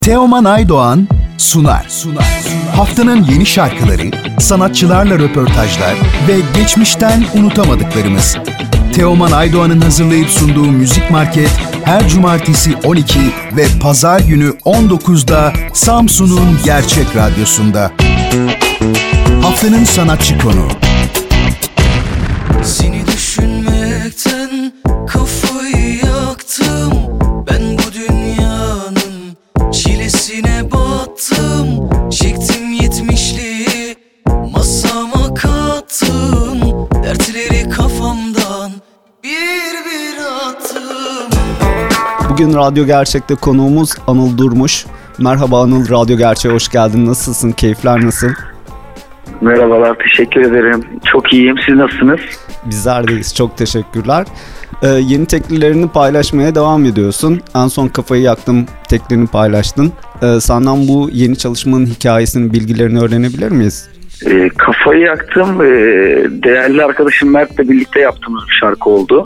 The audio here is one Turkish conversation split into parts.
Teoman Aydoğan sunar. Haftanın yeni şarkıları, sanatçılarla röportajlar ve geçmişten unutamadıklarımız. Teoman Aydoğan'ın hazırlayıp sunduğu Müzik Market her cumartesi 12 ve pazar günü 19'da Samsun'un Gerçek Radyosu'nda. Haftanın sanatçı konuğu. Seni düşünmekten kafayı yaktım. Ben bu dünyanın çilesine battım. Çektim 70'liği masama kattım. Dertleri kafamdan bir attım. Bugün Radyo Gerçek'te konuğumuz Anıl Durmuş. Merhaba Anıl, Radyo Gerçek'e hoş geldin. Nasılsın? Keyifler nasıl? Merhabalar, teşekkür ederim. Çok iyiyim. Siz nasılsınız? Bizler deyiz. Çok teşekkürler. Yeni teklilerini paylaşmaya devam ediyorsun. En son Kafayı Yaktım teklini paylaştın. Senden bu yeni çalışmanın hikayesinin, bilgilerini öğrenebilir miyiz? Kafayı Yaktım, değerli arkadaşım Mert'le birlikte yaptığımız bir şarkı oldu.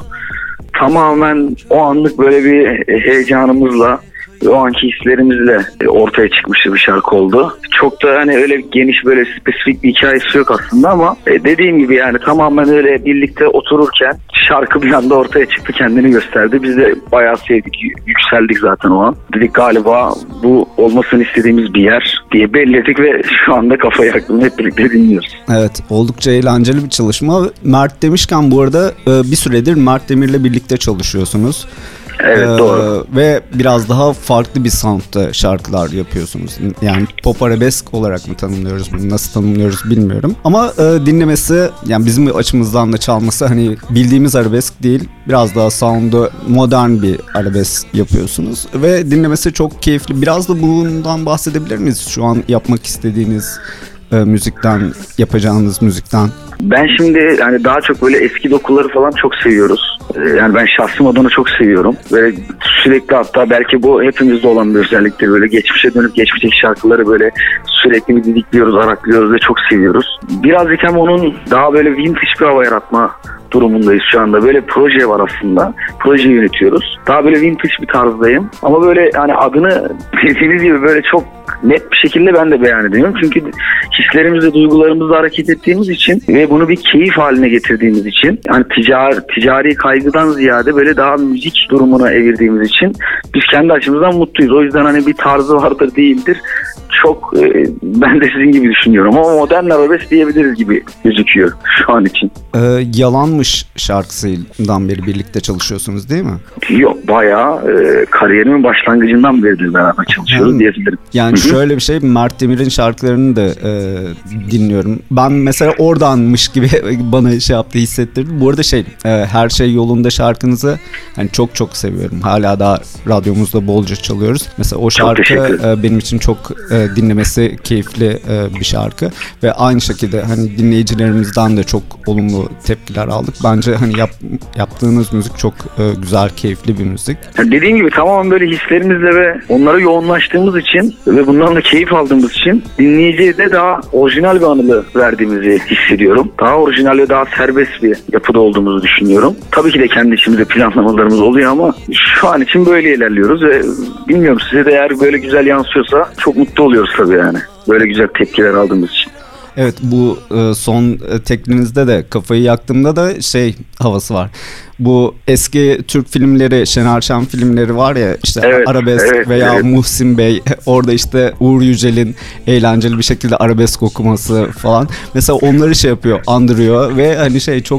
Tamamen o anlık böyle bir heyecanımızla, o anki hislerimizle ortaya çıkmış bir şarkı oldu. Çok da hani öyle geniş, böyle spesifik bir hikayesi yok aslında ama dediğim gibi yani tamamen öyle birlikte otururken şarkı bir anda ortaya çıktı, kendini gösterdi. Biz de bayağı sevdik, yükseldik zaten o an. Dedik galiba bu olmasını istediğimiz bir yer diye belirledik ve şu anda Kafayı Yaktım hep birlikte dinliyoruz. Evet, oldukça eğlenceli bir çalışma. Mert demişken bu arada bir süredir Mert Demir'le birlikte çalışıyorsunuz. Evet, doğru. Ve biraz daha farklı bir sound'da şarkılar yapıyorsunuz. Yani pop arabesk olarak mı tanımlıyoruz bunu, nasıl tanımlıyoruz bilmiyorum. Ama dinlemesi, yani bizim açımızdan da çalması hani bildiğimiz arabesk değil. Biraz daha sound'u modern bir arabesk yapıyorsunuz. Ve dinlemesi çok keyifli. Biraz da bundan bahsedebilir miyiz? Şu an yapmak istediğiniz müzikten, yapacağınız müzikten. Ben şimdi yani daha çok böyle eski dokuları falan çok seviyoruz. Yani ben şahsım adına çok seviyorum. Böyle sürekli, hatta belki bu hepimizde olan bir özelliktir. Böyle geçmişe dönüp geçmişteki şarkıları böyle sürekli didikliyoruz, araklıyoruz ve çok seviyoruz. Birazcık hem onun daha böyle vintage bir hava yaratma durumundayız şu anda. Böyle proje var aslında. Proje yönetiyoruz. Daha böyle vintage bir tarzdayım. Ama böyle hani adını dediğiniz gibi böyle çok net bir şekilde ben de beyan ediyorum. Çünkü hislerimizle, duygularımızla hareket ettiğimiz için ve bunu bir keyif haline getirdiğimiz için, yani ticari kaygıdan ziyade böyle daha müzik durumuna evirdiğimiz için biz kendi açımızdan mutluyuz. O yüzden hani bir tarzı vardır değildir. Çok ben de sizin gibi düşünüyorum ama modern arabesk diyebiliriz gibi gözüküyor şu an için. Yalanmış şarkısından beri birlikte çalışıyorsunuz değil mi? Yok, bayağı kariyerimin başlangıcından beridir beraber çalışıyoruz diyebilirim. Yani şöyle bir şey, Mert Demir'in şarkılarını da dinliyorum. Ben mesela oradanmış gibi bana şey yaptı, hissettirdi. Bu arada Her Şey Yolunda şarkınızı hani çok çok seviyorum. Hala da radyomuzda bolca çalıyoruz. Mesela o şarkı benim için çok dinlemesi keyifli bir şarkı ve aynı şekilde hani dinleyicilerimizden de çok olumlu tepkiler aldık. Bence hani yaptığınız müzik çok güzel, keyifli bir müzik. Dediğim gibi tamamen böyle hislerimizle ve onlara yoğunlaştığımız için ve bundan da keyif aldığımız için dinleyiciye de daha orijinal bir Anıl'ı verdiğimizi hissediyorum. Daha orijinal ve daha serbest bir yapıda olduğumuzu düşünüyorum. Tabii ki de kendi içimizde planlamalarımız oluyor ama şu an için böyle ilerliyoruz ve bilmiyorum, size de eğer böyle güzel yansıyorsa çok mutlu oluyoruz tabii yani. Böyle güzel tepkiler aldığımız için. Evet, bu son teklinizde de Kafayı Yaktığımda da havası var. Bu eski Türk filmleri, Şener Şen filmleri var ya, işte evet, arabesk veya Muhsin Bey, orada işte Uğur Yücel'in eğlenceli bir şekilde arabesk okuması falan. Mesela onları yapıyor, andırıyor ve hani çok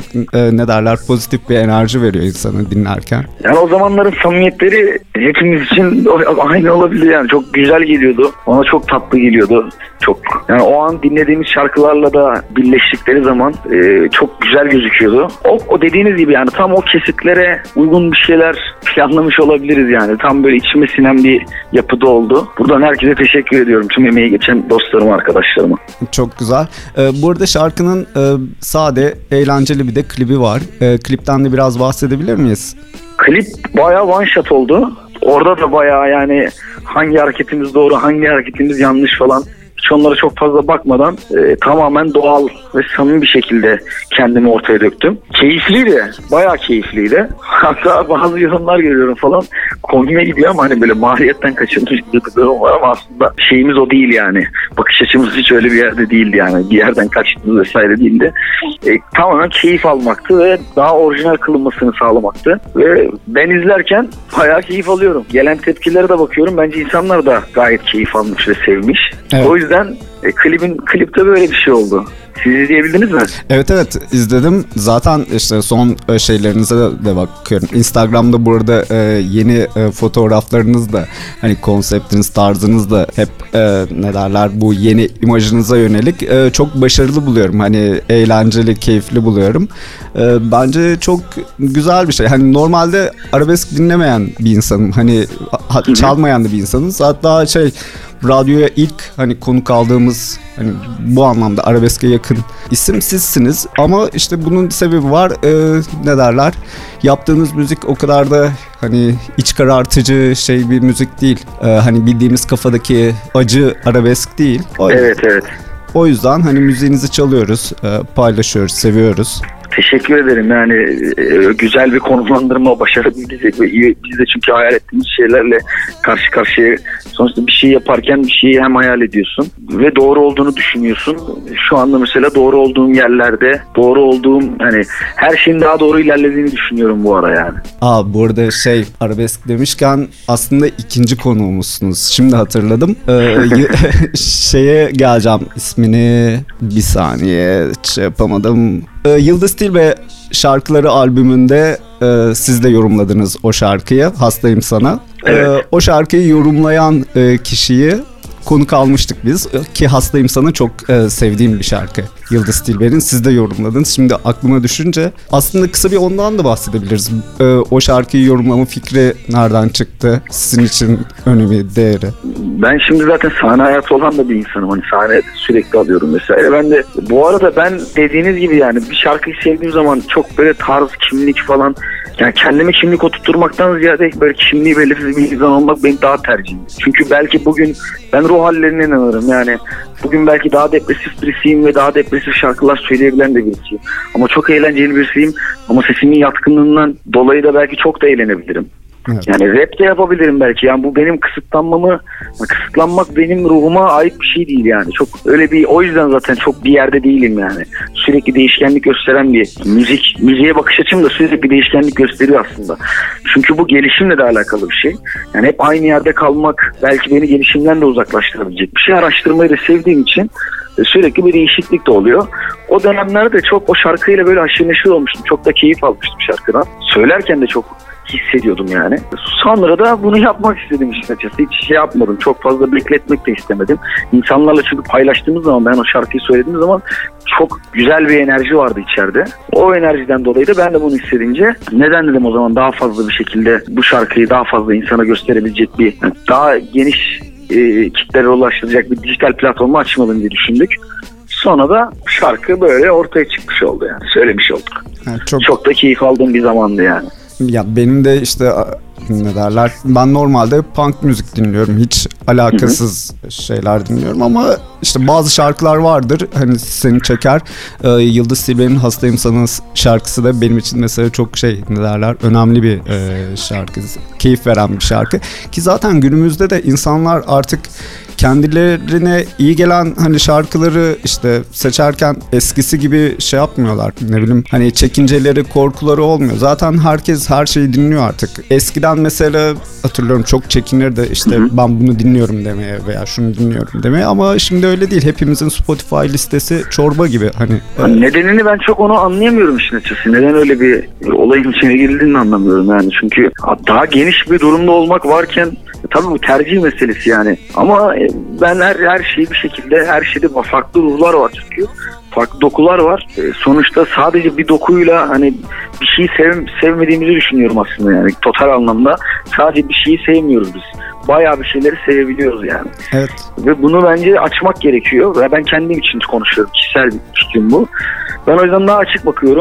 pozitif bir enerji veriyor insana dinlerken. Yani o zamanların samimiyetleri hepimiz için aynı olabilir yani. Çok güzel geliyordu. Ona çok tatlı geliyordu. Çok. Yani o an dinlediğimiz şarkılarla da birleştikleri zaman çok güzel gözüküyordu. O dediğiniz gibi yani tam o kesitlere uygun bir şeyler planlamış olabiliriz yani. Tam böyle içime sinen bir yapıda oldu. Buradan herkese teşekkür ediyorum. Tüm emeği geçen dostlarıma, arkadaşlarıma. Çok güzel. Bu arada şarkının sade, eğlenceli bir de klibi var. Klipten de biraz bahsedebilir miyiz? Klip bayağı one shot oldu. Orada da bayağı yani hangi hareketimiz doğru, hangi hareketimiz yanlış falan hiç onlara çok fazla bakmadan tamamen doğal ve samimi bir şekilde kendimi ortaya döktüm. Keyifliydi. Bayağı keyifliydi. Hatta bazı yorumlar görüyorum falan. Komiğe gidiyor ama hani böyle mahiyetten kaçırmış bir durum var ama aslında şeyimiz o değil yani. Bakış açımız hiç öyle bir yerde değildi yani. Bir yerden kaçtığımız vesaire değildi. Tamamen keyif almaktı ve daha orijinal kılınmasını sağlamaktı. Ve ben izlerken bayağı keyif alıyorum. Gelen tepkilere de bakıyorum. Bence insanlar da gayet keyif almış ve sevmiş. Evet. O yüzden klipte böyle bir şey oldu. Siz izleyebildiniz mi? Evet izledim. Zaten işte son şeylerinize de bakıyorum. Instagram'da burada yeni fotoğraflarınız da hani konseptiniz, tarzınız da hep ne derler bu yeni imajınıza yönelik çok başarılı buluyorum. Hani eğlenceli, keyifli buluyorum. Bence çok güzel bir şey. Hani normalde arabesk dinlemeyen bir insanım. Hani çalmayan da bir insanız. Hatta radyoya ilk hani konuk aldığımız hani bu anlamda arabeske yakın isim sizsiniz ama işte bunun sebebi var. Ne derler? Yaptığınız müzik o kadar da hani iç karartıcı bir müzik değil. Hani bildiğimiz kafadaki acı arabesk değil. Evet. O yüzden hani müziğinizi çalıyoruz, paylaşıyoruz, seviyoruz. Teşekkür ederim. Yani güzel bir konumlandırma başarabildik ve iyi. Biz de çünkü hayal ettiğimiz şeylerle karşı karşıya sonuçta bir şey yaparken bir şeyi hem hayal ediyorsun ve doğru olduğunu düşünüyorsun. Şu anda mesela doğru olduğum yerlerde, doğru olduğum hani her şeyin daha doğru ilerlediğini düşünüyorum bu ara yani. Bu arada arabesk demişken aslında ikinci konuğumuzsunuz. Şimdi hatırladım. Şeye geleceğim, ismini bir saniye yapamadım. Yıldız Tilbe şarkıları albümünde siz de yorumladınız o şarkıyı. Hastayım sana. Evet. O şarkıyı yorumlayan kişiyi konuk almıştık biz ki Hastayım Sana çok sevdiğim bir şarkı. Yıldız Tilbe'nin siz de yorumladınız. Şimdi aklıma düşünce aslında kısa bir ondan da bahsedebiliriz. O şarkıyı yorumlama fikri nereden çıktı? Sizin için önemi, değeri? Ben şimdi zaten sahne hayatı olan da bir insanım. Hani sahne sürekli alıyorum vesaire. Ben de bu arada ben dediğiniz gibi yani bir şarkıyı sevdiğim zaman çok böyle tarz, kimlik falan yani kendime kimlik oturtturmaktan ziyade böyle kimliği belirsiz bir insan olmak benim daha tercihim. Çünkü belki bugün ben ruh hallerine inanırım. Yani bugün belki daha depresif birisiyim ve daha depresif şarkılar söyleyebilen de birisiyim. Ama çok eğlenceli birisiyim. Ama sesimin yatkınlığından dolayı da belki çok da eğlenebilirim. Evet. Yani rap de yapabilirim belki. Yani bu benim kısıtlanmak benim ruhuma ait bir şey değil yani. Çok öyle bir, o yüzden zaten çok bir yerde değilim yani. Sürekli değişkenlik gösteren bir müziğe bakış açım da sürekli değişkenlik gösteriyor aslında. Çünkü bu gelişimle de alakalı bir şey. Yani hep aynı yerde kalmak belki beni gelişimden de uzaklaştırabilecek bir şey. Araştırmayı da sevdiğim için sürekli bir değişiklik de oluyor. O dönemlerde çok o şarkıyla böyle haşır neşir olmuştum. Çok da keyif almıştım şarkıdan. Söylerken de çok hissediyordum yani. Sonra da bunu yapmak istedim işin açıkçası. Hiç yapmadım. Çok fazla bekletmek de istemedim. İnsanlarla çünkü paylaştığımız zaman, ben o şarkıyı söylediğim zaman çok güzel bir enerji vardı içeride. O enerjiden dolayı da ben de bunu hissedince neden dedim o zaman daha fazla bir şekilde bu şarkıyı daha fazla insana gösterebilecek bir daha geniş kitlere ulaştıracak bir dijital platformu açmalım diye düşündük. Sonra da şarkı böyle ortaya çıkmış oldu yani. Söylemiş olduk. Yani çok da keyif aldığım bir zamandı yani. Ya benim de işte ne derler, ben normalde punk müzik dinliyorum, hiç alakasız şeyler dinliyorum ama işte bazı şarkılar vardır hani seni çeker. Yıldız Tilbe'nin Hastayım Sana şarkısı da benim için mesela çok ne derler, önemli bir şarkı, keyif veren bir şarkı ki zaten günümüzde de insanlar artık kendilerine iyi gelen hani şarkıları işte seçerken eskisi gibi yapmıyorlar, ne bileyim hani çekinceleri, korkuları olmuyor. Zaten herkes her şeyi dinliyor artık. Eskiden mesela hatırlıyorum çok çekinirdi işte ben bunu dinliyorum demeye veya şunu dinliyorum demeye ama şimdi öyle değil. Hepimizin Spotify listesi çorba gibi hani. Nedenini ben çok onu anlayamıyorum işin açıkçası. Neden öyle bir olayın içine girildiğini anlamıyorum yani. Çünkü daha geniş bir durumda olmak varken tabii bu tercih meselesi yani. Ama ben her şeyi bir şekilde, her şeyde farklı ruhlar var çünkü. Farklı dokular var. Sonuçta sadece bir dokuyla hani bir şeyi sevmediğimizi düşünüyorum aslında yani. Total anlamda sadece bir şeyi sevmiyoruz biz. Bayağı bir şeyleri sevebiliyoruz yani. Evet. Ve bunu bence açmak gerekiyor. Ve ben kendim için konuşuyorum. Kişisel bir fikrim bu. Ben o yüzden daha açık bakıyorum.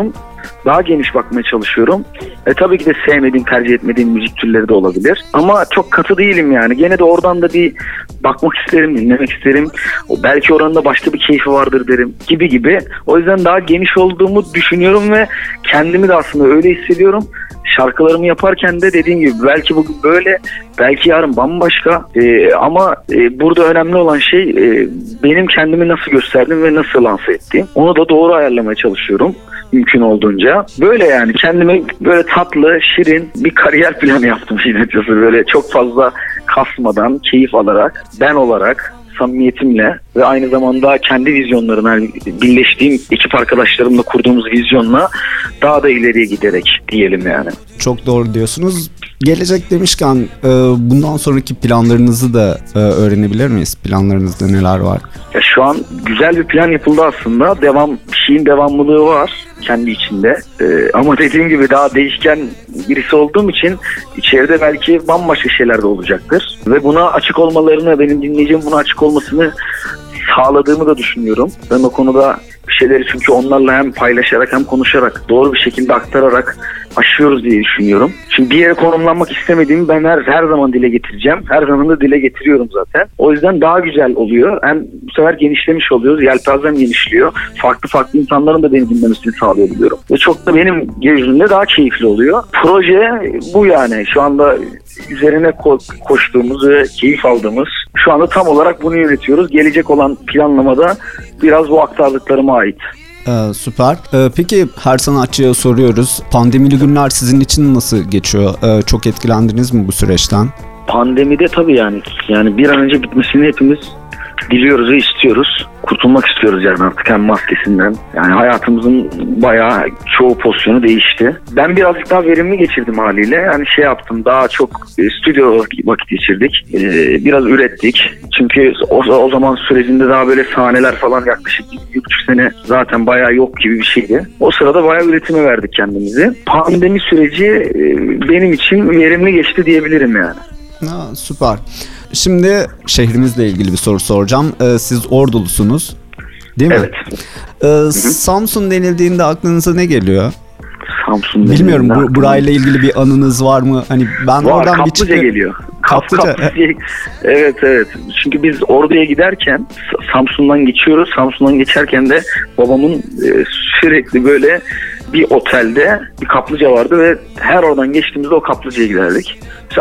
daha geniş bakmaya çalışıyorum. Tabii ki de sevmediğim, tercih etmediğim müzik türleri de olabilir. Ama çok katı değilim yani. Gene de oradan da bir bakmak isterim, dinlemek isterim. Belki oranın da başka bir keyfi vardır derim gibi. O yüzden daha geniş olduğumu düşünüyorum ve kendimi de aslında öyle hissediyorum. Şarkılarımı yaparken de dediğim gibi belki bugün böyle, belki yarın bambaşka. Ama burada önemli olan şey benim kendimi nasıl gösterdim ve nasıl lanse ettiğim. Onu da doğru ayarlamaya çalışıyorum mümkün olduğunca. Böyle yani kendime böyle tatlı, şirin bir kariyer planı yaptım açıkçası. Böyle çok fazla kasmadan, keyif alarak, ben olarak, samimiyetimle ve aynı zamanda kendi vizyonlarına, yani birleştiğim ekip arkadaşlarımla kurduğumuz vizyonla daha da ileriye giderek diyelim yani. Çok doğru diyorsunuz. Gelecek demişken bundan sonraki planlarınızı da öğrenebilir miyiz? Planlarınızda neler var? Ya şu an güzel bir plan yapıldı aslında. Bir şeyin devamlılığı var kendi içinde. Ama dediğim gibi daha değişken birisi olduğum için içeride belki bambaşka şeyler de olacaktır. Ve buna açık olmalarını, benim dinleyeceğim buna açık olmasını sağladığımı da düşünüyorum. Ben o konuda bir şeyleri çünkü onlarla hem paylaşarak hem konuşarak doğru bir şekilde aktararak aşıyoruz diye düşünüyorum. Şimdi bir yere konumlanmak istemediğimi ben her zaman dile getireceğim. Her zaman da dile getiriyorum zaten. O yüzden daha güzel oluyor. Hem bu sefer genişlemiş oluyoruz. Yelpazem genişliyor. Farklı insanların da beni dinlemesini sağlayabiliyorum. Ve çok da benim gözümde daha keyifli oluyor. Proje bu yani. Şu anda üzerine koştuğumuz ve keyif aldığımız, şu anda tam olarak bunu yönetiyoruz. Gelecek olan planlamada biraz bu aktardıklarıma ait. Süper. Peki her sanatçıya soruyoruz. Pandemili günler sizin için nasıl geçiyor? Çok etkilendiniz mi bu süreçten? Pandemide tabii yani bir an önce bitmesini hepimiz diliyoruz ve istiyoruz. Kurtulmak istiyoruz yani artık hem maskesinden. Yani hayatımızın bayağı çoğu pozisyonu değişti. Ben birazcık daha verimli geçirdim haliyle. Yani yaptım, daha çok stüdyo vakit geçirdik. Biraz ürettik. Çünkü o zaman sürecinde daha böyle sahneler falan yaklaşık 1,5 sene zaten bayağı yok gibi bir şeydi. O sırada bayağı üretime verdik kendimizi. Pandemi süreci benim için verimli geçti diyebilirim yani. Süper. Şimdi şehrimizle ilgili bir soru soracağım. Siz Ordulusunuz, değil mi? Evet. Samsun denildiğinde aklınıza ne geliyor? Samsun bilmiyorum, burayla ilgili bir anınız var mı? Hani ben var, oradan Kaplıca geliyor. Kaplıca. Evet. Çünkü biz Ordu'ya giderken Samsun'dan geçiyoruz. Samsun'dan geçerken de babamın sürekli böyle bir otelde bir kaplıca vardı ve her oradan geçtiğimizde o kaplıcaya giderdik. İşte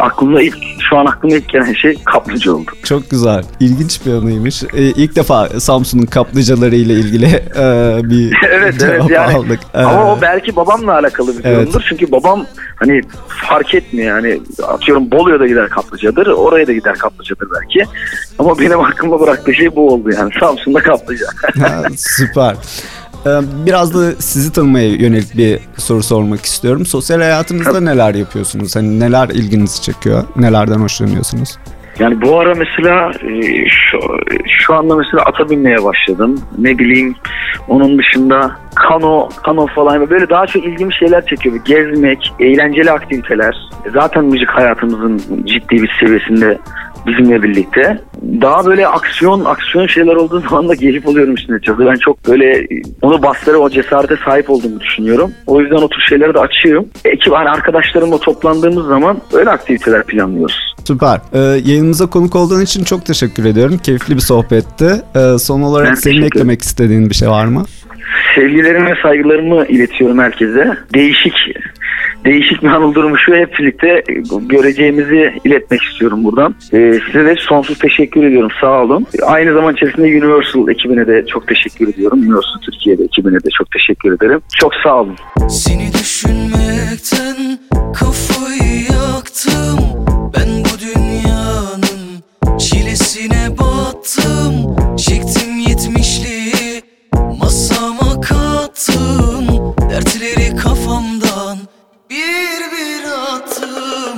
şu an aklıma ilk gelen şey kaplıca oldu. Çok güzel. İlginç bir anıymış. İlk defa Samsun'un kaplıcaları ile ilgili bir evet yani aldık. Ama o belki babamla alakalı bir durumdur. Evet. Çünkü babam hani fark etmiyor yani, atıyorum Bolu'ya da gider kaplıcadır, oraya da gider kaplıcadır belki. Ama benim aklımda bıraktığı şey bu oldu yani, Samsun'da kaplıca. Süper. Biraz da sizi tanımaya yönelik bir soru sormak istiyorum. Sosyal hayatınızda neler yapıyorsunuz? Hani neler ilginizi çekiyor? Nelerden hoşlanıyorsunuz? Yani bu ara mesela şu anda mesela ata binmeye başladım. Ne bileyim, onun dışında kano falan, böyle daha çok ilgimi şeyler çekiyor. Gezmek, eğlenceli aktiviteler. Zaten müzik hayatımızın ciddi bir seviyesinde bizimle birlikte. Daha böyle aksiyon şeyler olduğu zaman da gelip oluyorum üstüne. Ben çok böyle onu bastırıp o cesarete sahip olduğumu düşünüyorum. O yüzden o tür şeyleri de açığım. Arkadaşlarımla toplandığımız zaman öyle aktiviteler planlıyoruz. Süper. Yayınımıza konuk olduğun için çok teşekkür ediyorum. Keyifli bir sohbetti. Son olarak senin eklemek istediğin bir şey var mı? Sevgilerimi ve saygılarımı iletiyorum herkese. Değişik bir Anıl Durmuş'u hep birlikte göreceğimizi iletmek istiyorum buradan. Size de sonsuz teşekkür ediyorum. Sağ olun. Aynı zaman içerisinde Universal ekibine de çok teşekkür ediyorum. Universal Türkiye'de ekibine de çok teşekkür ederim. Çok sağ olun. Seni düşünmekten kafayı yaktım. Ben bu dünyanın çilesine battım. Çektim 70'liği masama kattım. Dertleri kafamdan bir attım.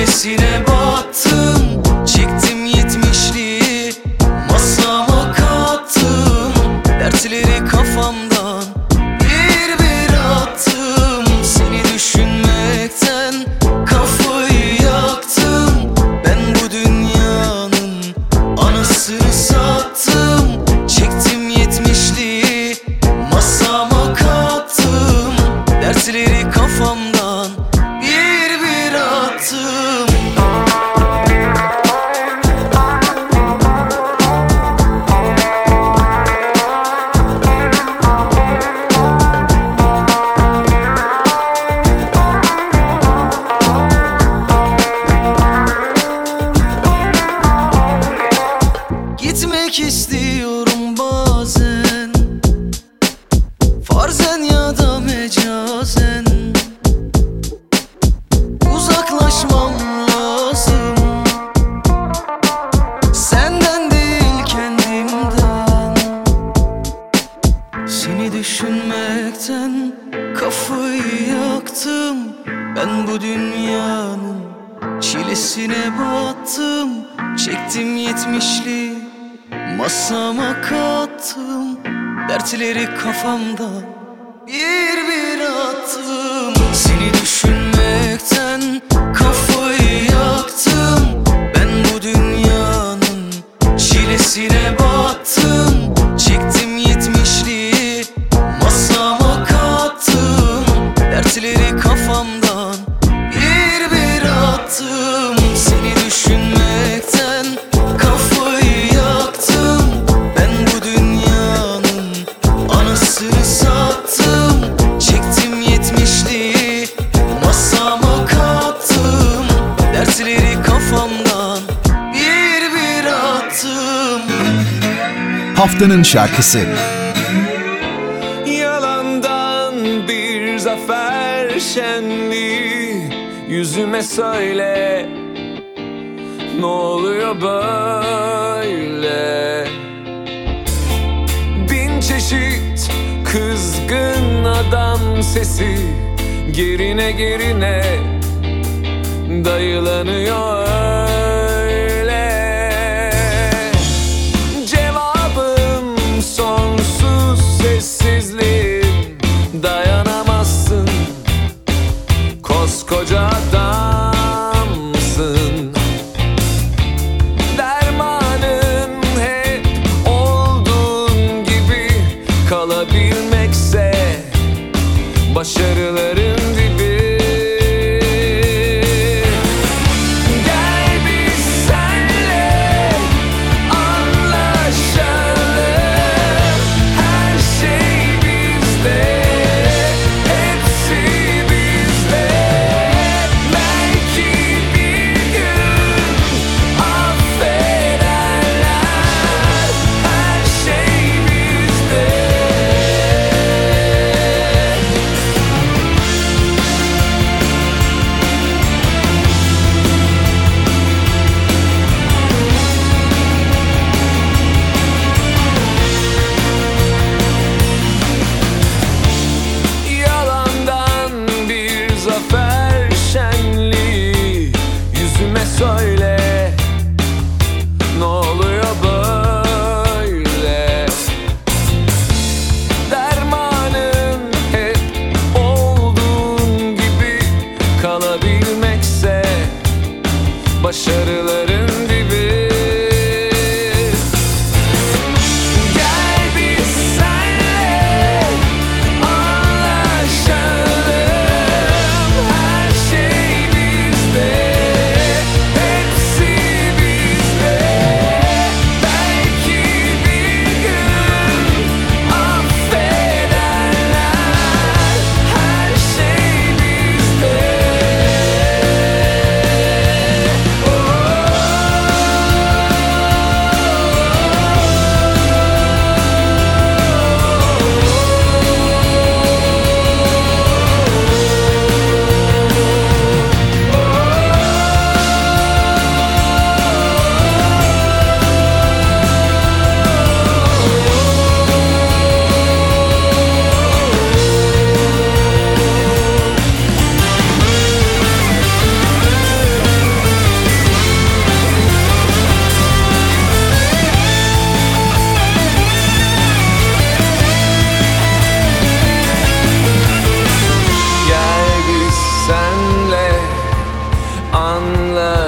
çilesine battım. Çektim yetmişliği, masama kattım. Dertleri kafamdan bir bir attım. Seni düşünmekten kafayı yaktım. Ben bu dünyanın anasını sattım. Çektim yetmişliği, masama kattım. Dertleri kafamdan bir bir attım. Gitmek istiyorum bazen, farzen ya da mecazen. Uzaklaşmam lazım, senden değil kendimden. Seni düşünmekten kafayı yaktım. Ben bu dünyanın çilesine battım. Çektim yetmişli, masama kattım. Dertleri kafamdan bir bir attım. Seni düşünmekten kafayı yaktım. Ben bu dünyanın çilesine battım. Çektim yetmişliği, masama kattım. Dertleri kafamdan bir bir attım. Seni düşünmekten kafayı yaktım. Ben bu dünyanın anasını sattım. Çektim yetmişliği, masama kattım. Dertleri kafamdan bir bir attım. Haftanın şarkısı. Yalandan bir zafer şenliği, yüzüme söyle ne oluyor böyle? Bin çeşit kızgın adam sesi gerine gerine dayılanıyor öyle. Cevabım sonsuz sessizliğim, dayanamazsın, koskoca adamsın. Dermanın hep olduğun gibi kalabilmekse başarıların dibi. Gel biz senle anlaşalım, her şey bizde, hepsi bizde. Belki bir gün affederler, her şey bizde. Yalandan bir zafer şenliği, yüzüme söyle ne oluyor böyle? Dermanın hep olduğun gibi kalabilmekse başarıların dibi. Gel biz senle anlaşalım, her şey bizde, hepsi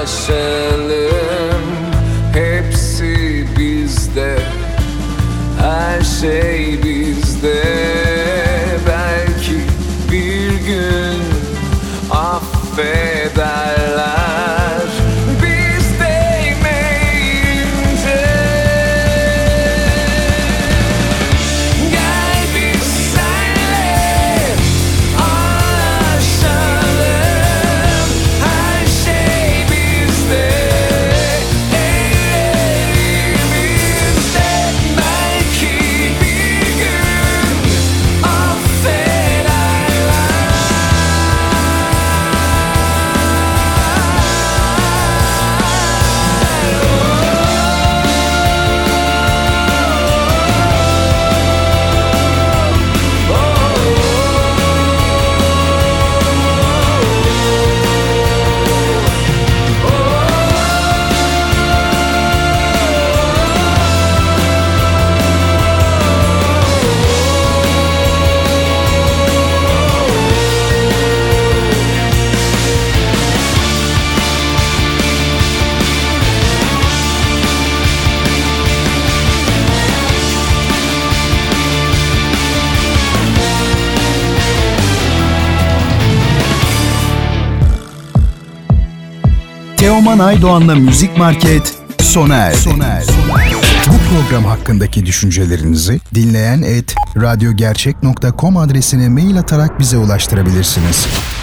anlaşalım. Hepsi bizde, her şey bizde. Belki bir gün affederler biz değmeyince. Gel biz senle anlaşalım. Her şey bizde, ellerimizde. Belki bir gün affederler. Teoman Aydoğan'la Müzik Market sona erdi. Bu program hakkındaki düşüncelerinizi dinleyen @radyogercek.com adresine mail atarak bize ulaştırabilirsiniz.